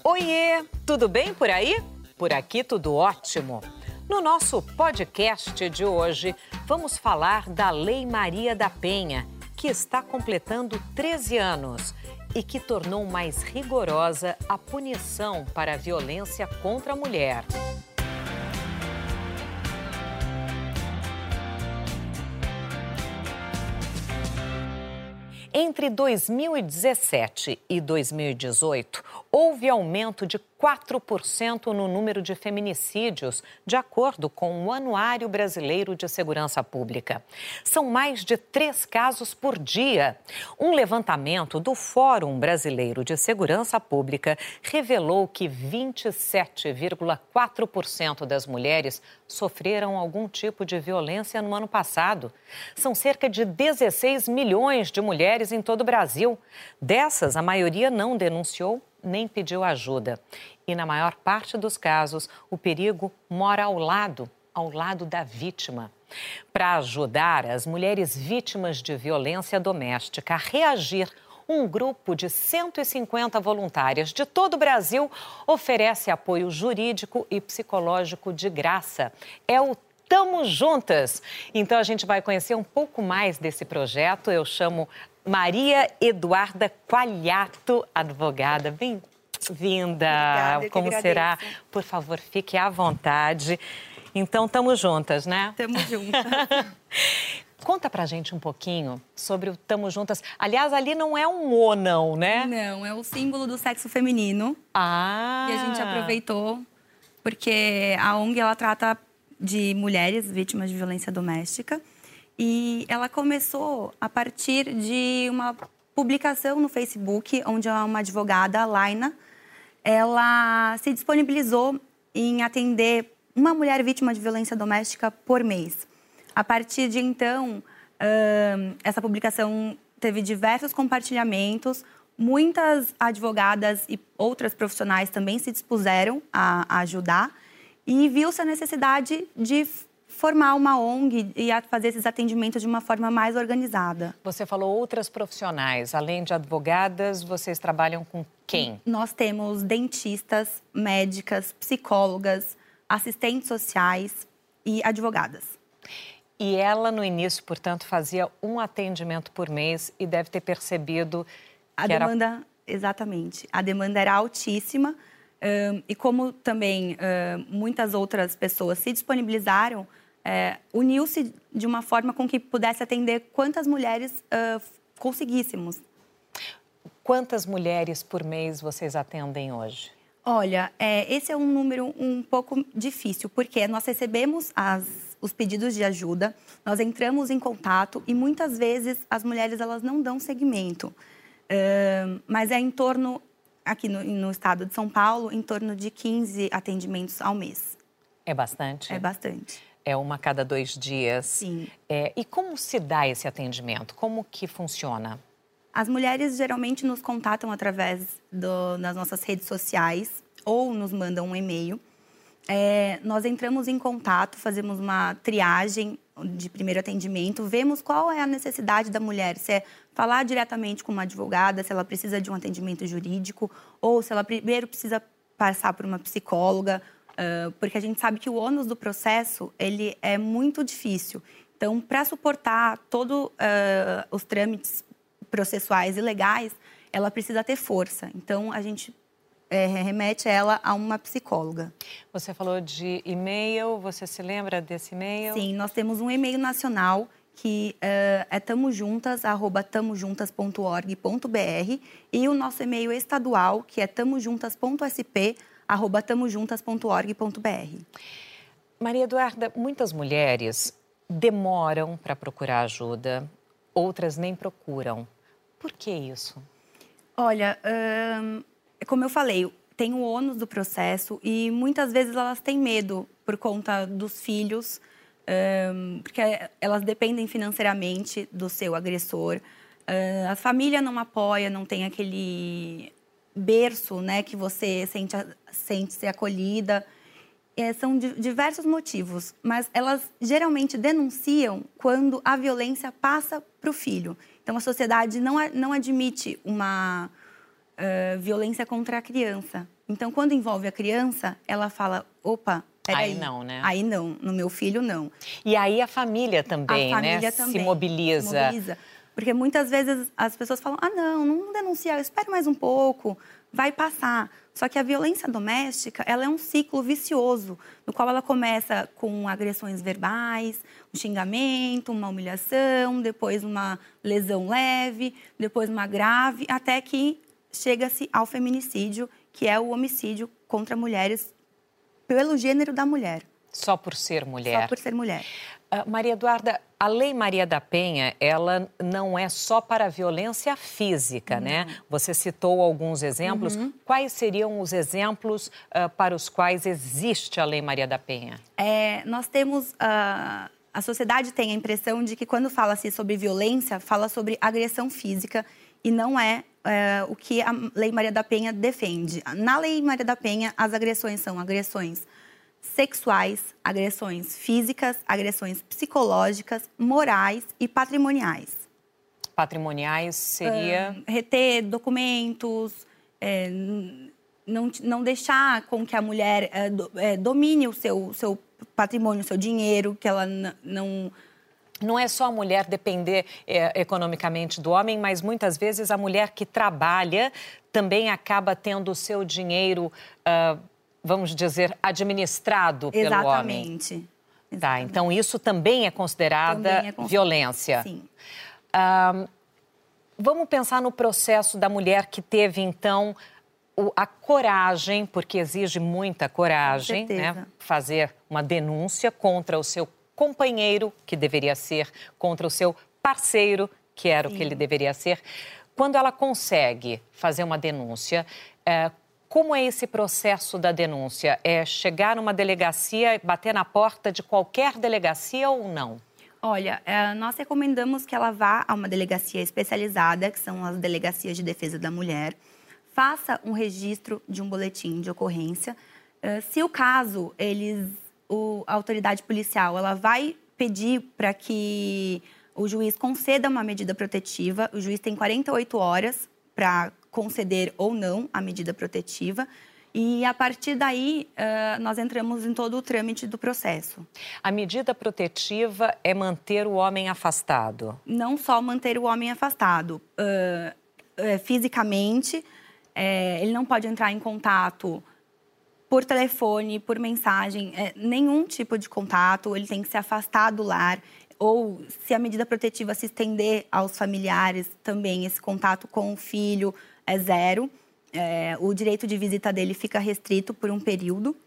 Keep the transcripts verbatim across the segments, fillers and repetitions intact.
Oiê, tudo bem por aí? Por aqui tudo ótimo. No nosso podcast de hoje, vamos falar da Lei Maria da Penha, que está completando treze anos e que tornou mais rigorosa a punição para a violência contra a mulher. Entre dois mil e dezessete e dois mil e dezoito, houve aumento de quatro por cento no número de feminicídios, de acordo com o Anuário Brasileiro de Segurança Pública. São mais de três casos por dia. Um levantamento do Fórum Brasileiro de Segurança Pública revelou que vinte e sete vírgula quatro por cento das mulheres sofreram algum tipo de violência no ano passado. São cerca de dezesseis milhões de mulheres em todo o Brasil. Dessas, a maioria não denunciou nem pediu ajuda. E na maior parte dos casos, o perigo mora ao lado, ao lado da vítima. Para ajudar as mulheres vítimas de violência doméstica a reagir, um grupo de cento e cinquenta voluntárias de todo o Brasil oferece apoio jurídico e psicológico de graça. É o Tamo Juntas. Então, a gente vai conhecer um pouco mais desse projeto. Eu chamo Maria Eduarda Qualiato, advogada. Bem-vinda. Como será? Por favor, fique à vontade. Então, tamo juntas, né? Tamo juntas. Conta pra gente um pouquinho sobre o Tamo Juntas. Aliás, ali não é um O, não, né? Não, é o símbolo do sexo feminino. Ah! E a gente aproveitou porque a O N G, ela trata de mulheres vítimas de violência doméstica. E ela começou a partir de uma publicação no Facebook, onde uma advogada, a Laina, ela se disponibilizou em atender uma mulher vítima de violência doméstica por mês. A partir de então, essa publicação teve diversos compartilhamentos, muitas advogadas e outras profissionais também se dispuseram a ajudar e viu-se a necessidade de formar uma O N G e fazer esses atendimentos de uma forma mais organizada. Você falou outras profissionais. Além de advogadas, vocês trabalham com quem? Nós temos dentistas, médicas, psicólogas, assistentes sociais e advogadas. E ela, no início, portanto, fazia um atendimento por mês e deve ter percebido que a demanda, era... Exatamente. A demanda era altíssima. Um, e como também uh, muitas outras pessoas se disponibilizaram, uh, uniu-se de uma forma com que pudesse atender quantas mulheres uh, conseguíssemos. Quantas mulheres por mês vocês atendem hoje? Olha, é, esse é um número um pouco difícil, porque nós recebemos as, os pedidos de ajuda, nós entramos em contato e muitas vezes as mulheres elas não dão seguimento. Uh, mas é em torno... Aqui no, no estado de São Paulo, em torno de quinze atendimentos ao mês. É bastante? É bastante. É uma a cada dois dias? Sim. É, e como se dá esse atendimento? Como que funciona? As mulheres geralmente nos contatam através do, das nossas redes sociais ou nos mandam um e-mail. É, nós entramos em contato, fazemos uma triagem de primeiro atendimento, vemos qual é a necessidade da mulher, se é falar diretamente com uma advogada, se ela precisa de um atendimento jurídico ou se ela primeiro precisa passar por uma psicóloga, uh, porque a gente sabe que o ônus do processo ele é muito difícil. Então, para suportar todos uh, os trâmites processuais e legais, ela precisa ter força. Então, a gente É, remete ela a uma psicóloga. Você falou de e-mail, você se lembra desse e-mail? Sim, nós temos um e-mail nacional que uh, é tamojuntas arroba tamojuntas ponto org ponto br e o nosso e-mail estadual, que é tamojuntas.sp arroba tamojuntas ponto org ponto br. Maria Eduarda, muitas mulheres demoram para procurar ajuda, outras nem procuram. Por que isso? Olha, uh, como eu falei, tem o ônus do processo e muitas vezes elas têm medo por conta dos filhos, um, porque elas dependem financeiramente do seu agressor. Uh, a família não apoia, não tem aquele berço, né, que você sente, sente ser acolhida. É, são diversos motivos, mas elas geralmente denunciam quando a violência passa para o filho. Então, a sociedade não, não admite uma uh, violência contra a criança. Então, quando envolve a criança, ela fala, opa, peraí. Aí não, né? Aí não, no meu filho não. E aí a família também, a família né? Também se mobiliza. Se mobiliza. Porque muitas vezes as pessoas falam, ah, não, não denunciar, espere mais um pouco, vai passar. Só que a violência doméstica, ela é um ciclo vicioso, no qual ela começa com agressões verbais, um xingamento, uma humilhação, depois uma lesão leve, depois uma grave, até que chega-se ao feminicídio, que é o homicídio contra mulheres pelo gênero da mulher. Só por ser mulher. Só por ser mulher. Uh, Maria Eduarda, a Lei Maria da Penha, ela não é só para a violência física, não. né? Você citou alguns exemplos. Uhum. Quais seriam os exemplos uh, para os quais existe a Lei Maria da Penha? É, nós temos... Uh, a sociedade tem a impressão de que quando fala-se sobre violência, fala sobre agressão física e não é uh, o que a Lei Maria da Penha defende. Na Lei Maria da Penha, as agressões são agressões sexuais, agressões físicas, agressões psicológicas, morais e patrimoniais. Patrimoniais seria? Uh, reter documentos, é, não, não deixar com que a mulher é, do, é, domine o seu, seu patrimônio, o seu dinheiro, que ela não... Não é só a mulher depender é, economicamente do homem, mas muitas vezes a mulher que trabalha também acaba tendo o seu dinheiro... Uh, vamos dizer, administrado pelo Exatamente. homem. Exatamente. Tá, então isso também é considerada também é considerado. violência. Sim. Ah, vamos pensar no processo da mulher que teve, então, o, a coragem, porque exige muita coragem, né? Fazer uma denúncia contra o seu companheiro, que deveria ser, contra o seu parceiro, que era Sim. o que ele deveria ser. Quando ela consegue fazer uma denúncia, é, como é esse processo da denúncia? É chegar numa delegacia, bater na porta de qualquer delegacia ou não? Olha, nós recomendamos que ela vá a uma delegacia especializada, que são as delegacias de defesa da mulher, faça um registro de um boletim de ocorrência. Se o caso, eles, o, a autoridade policial, ela vai pedir para que o juiz conceda uma medida protetiva. O juiz tem quarenta e oito horas para conceder ou não a medida protetiva. E, a partir daí, uh, nós entramos em todo o trâmite do processo. A medida protetiva é manter o homem afastado? Não só manter o homem afastado. Uh, uh, fisicamente, uh, ele não pode entrar em contato por telefone, por mensagem, uh, nenhum tipo de contato. Ele tem que se afastar do lar. Ou, se a medida protetiva se estender aos familiares, também esse contato com o filho é zero. É, o direito de visita dele fica restrito por um período.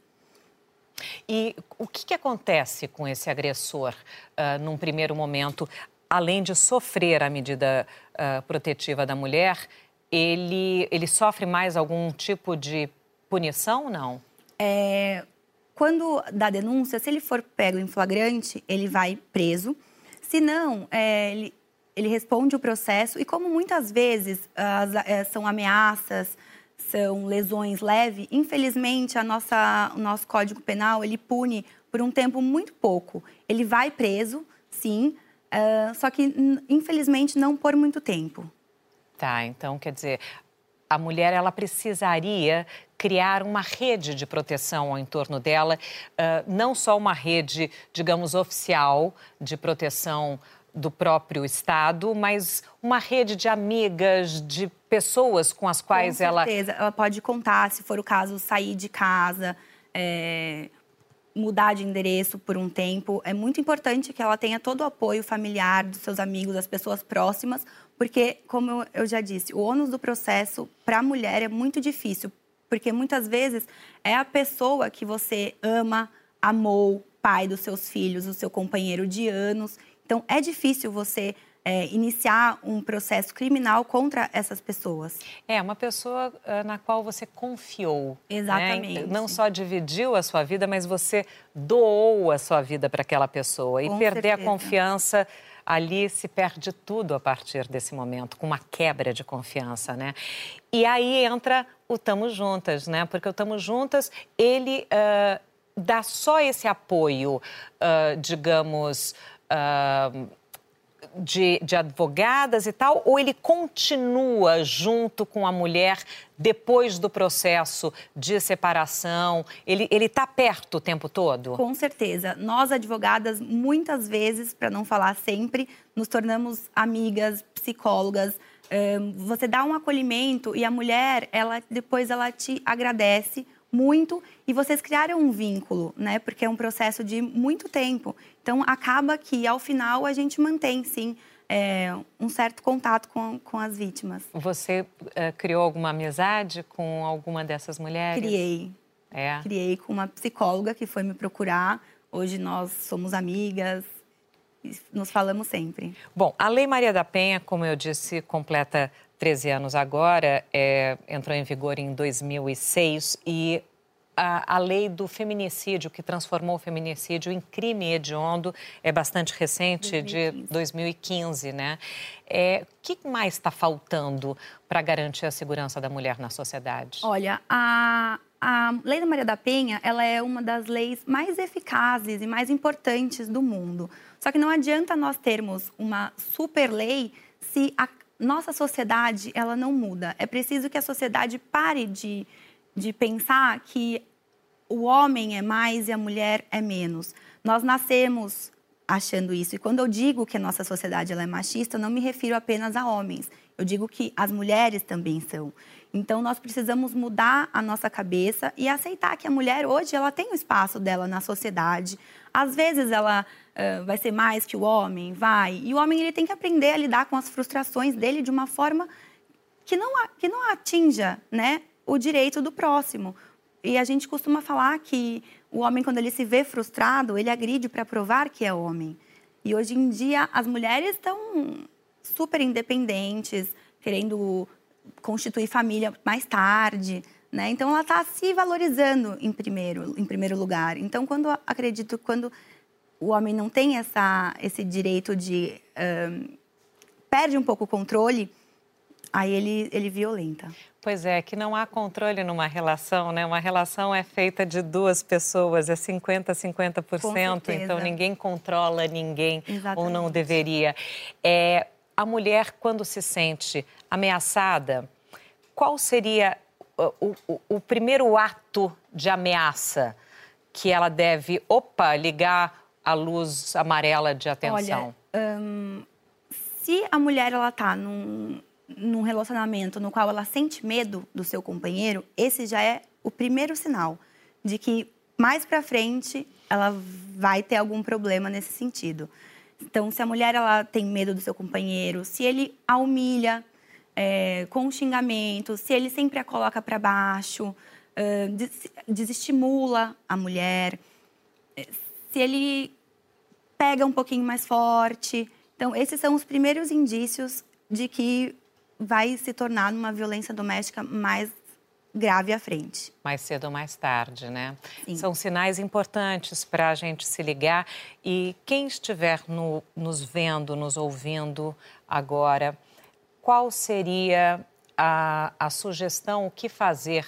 E o que, que acontece com esse agressor, uh, num primeiro momento? Além de sofrer a medida uh, protetiva da mulher, ele, ele sofre mais algum tipo de punição ou não? É, quando dá denúncia, se ele for pego em flagrante, ele vai preso. Se não, é, ele, ele responde o processo. E como muitas vezes as, é, são ameaças, são lesões leves, infelizmente, a nossa, o nosso Código Penal, ele pune por um tempo muito pouco. Ele vai preso, sim, uh, só que, infelizmente, não por muito tempo. Tá, então, quer dizer, a mulher, ela precisaria criar uma rede de proteção ao entorno dela, uh, não só uma rede, digamos, oficial de proteção do próprio Estado, mas uma rede de amigas, de pessoas com as quais ela... Com certeza, ela pode contar, se for o caso, sair de casa, é, mudar de endereço por um tempo. É muito importante que ela tenha todo o apoio familiar dos seus amigos, das pessoas próximas, porque, como eu já disse, o ônus do processo para a mulher é muito difícil, porque muitas vezes é a pessoa que você ama, amou, pai dos seus filhos, o seu companheiro de anos. Então, é difícil você é, iniciar um processo criminal contra essas pessoas. É, uma pessoa uh, na qual você confiou. Exatamente. Né? Não só dividiu a sua vida, mas você doou a sua vida para aquela pessoa. E Com perder certeza. a confiança, ali se perde tudo a partir desse momento, com uma quebra de confiança, né? E aí entra o Tamo Juntas, né? Porque o Tamo Juntas, ele uh, dá só esse apoio, uh, digamos... Uh, de, de advogadas e tal, ou ele continua junto com a mulher depois do processo de separação? Ele está perto o tempo todo? Com certeza. Nós, advogadas, muitas vezes, para não falar sempre, nos tornamos amigas, psicólogas. Você dá um acolhimento e a mulher, ela, depois ela te agradece muito e vocês criaram um vínculo, né? Porque é um processo de muito tempo. Então, acaba que, ao final, a gente mantém, sim, é, um certo contato com, com as vítimas. Você uh, criou alguma amizade com alguma dessas mulheres? Criei. É. Criei com uma psicóloga que foi me procurar. Hoje nós somos amigas, nos falamos sempre. Bom, a Lei Maria da Penha, como eu disse, completa treze anos agora, é, entrou em vigor em dois mil e seis e a, a lei do feminicídio, que transformou o feminicídio em crime hediondo, é bastante recente, dois mil e quinze. De dois mil e quinze, né? É, o que mais está faltando para garantir a segurança da mulher na sociedade? Olha, a, a Lei da Maria da Penha, ela é uma das leis mais eficazes e mais importantes do mundo. Só que não adianta nós termos uma super lei se a nossa sociedade, ela não muda. É preciso que a sociedade pare de, de pensar que o homem é mais e a mulher é menos. Nós nascemos achando isso. E quando eu digo que a nossa sociedade ela é machista, eu não me refiro apenas a homens. Eu digo que as mulheres também são. Então, nós precisamos mudar a nossa cabeça e aceitar que a mulher, hoje, ela tem o espaço dela na sociedade. Às vezes, ela uh, vai ser mais que o homem, vai. E o homem, ele tem que aprender a lidar com as frustrações dele de uma forma que não, que não atinja, né, o direito do próximo. E a gente costuma falar que o homem, quando ele se vê frustrado, ele agride para provar que é homem. E, hoje em dia, as mulheres estão super independentes, querendo constituir família mais tarde, né? Então, ela está se valorizando em primeiro, em primeiro lugar. Então, quando acredito, quando o homem não tem essa, esse direito de... Um, perde um pouco o controle, aí ele, ele violenta. Pois é, que não há controle numa relação, né? Uma relação é feita de duas pessoas, é cinquenta, cinquenta por cento, então ninguém controla ninguém. Exatamente. Ou não deveria. É... A mulher, quando se sente ameaçada, qual seria o, o, o primeiro ato de ameaça que ela deve, opa, ligar a luz amarela de atenção? Olha, hum, se a mulher está num, num relacionamento no qual ela sente medo do seu companheiro, esse já é o primeiro sinal de que mais para frente ela vai ter algum problema nesse sentido. Então, se a mulher ela tem medo do seu companheiro, se ele a humilha é, com xingamento, se ele sempre a coloca para baixo, é, des desestimula a mulher, é, se ele pega um pouquinho mais forte. Então, esses são os primeiros indícios de que vai se tornar uma violência doméstica mais grave à frente. Mais cedo ou mais tarde, né? Sim. São sinais importantes para a gente se ligar. E quem estiver no, nos vendo, nos ouvindo agora, qual seria a, a sugestão, o que fazer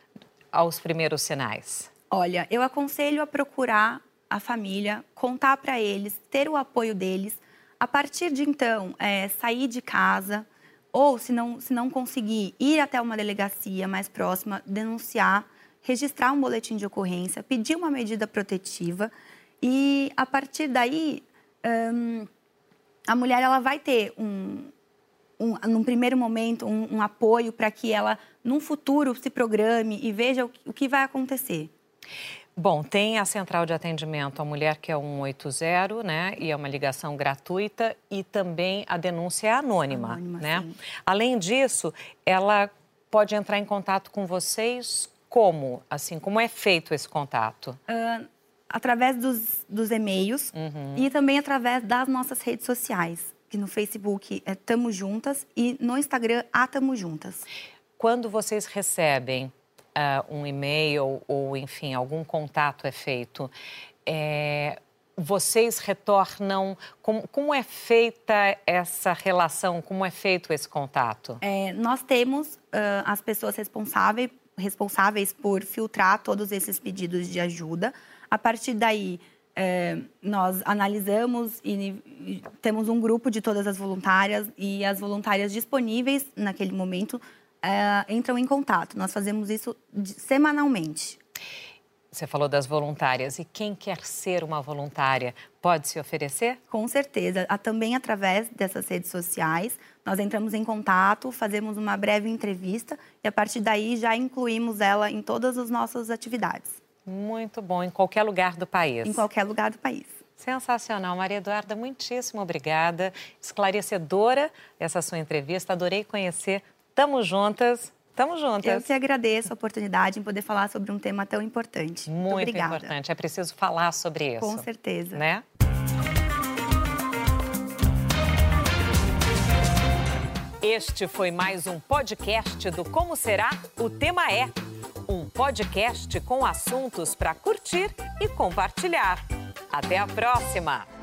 aos primeiros sinais? Olha, eu aconselho a procurar a família, contar para eles, ter o apoio deles. A partir de então, é, sair de casa... Ou, se não, se não conseguir, ir até uma delegacia mais próxima, denunciar, registrar um boletim de ocorrência, pedir uma medida protetiva. E, a partir daí, hum, a mulher ela vai ter, um, um, num primeiro momento, um, um apoio para que ela, num futuro, se programe e veja o, o que vai acontecer. Bom, tem a central de atendimento à mulher, que é um oito zero, né? E é uma ligação gratuita. E também a denúncia é anônima, anônima né? Sim. Além disso, ela pode entrar em contato com vocês como? Assim, como é feito esse contato? Uh, através dos, dos e-mails uhum. e também através das nossas redes sociais. Que no Facebook é Tamo Juntas e no Instagram a Tamo Juntas. Quando vocês recebem Uh, um e-mail ou, enfim, algum contato é feito, é, vocês retornam... Como, como é feita essa relação? Como é feito esse contato? É, nós temos uh, as pessoas responsáveis, responsáveis por filtrar todos esses pedidos de ajuda. A partir daí, É, nós analisamos e, e temos um grupo de todas as voluntárias e as voluntárias disponíveis naquele momento é, entram em contato. Nós fazemos isso de, semanalmente. Você falou das voluntárias. E quem quer ser uma voluntária pode se oferecer? Com certeza. Também através dessas redes sociais, nós entramos em contato, fazemos uma breve entrevista e a partir daí já incluímos ela em todas as nossas atividades. Muito bom, em qualquer lugar do país. Em qualquer lugar do país. Sensacional. Maria Eduarda, muitíssimo obrigada. Esclarecedora essa sua entrevista, adorei conhecer. Tamo juntas, tamo juntas. Eu que agradeço a oportunidade em poder falar sobre um tema tão importante. Muito, Muito importante, é preciso falar sobre isso. Com certeza. Né? Este foi mais um podcast do Como Será? O Tema É. Um podcast com assuntos para curtir e compartilhar. Até a próxima!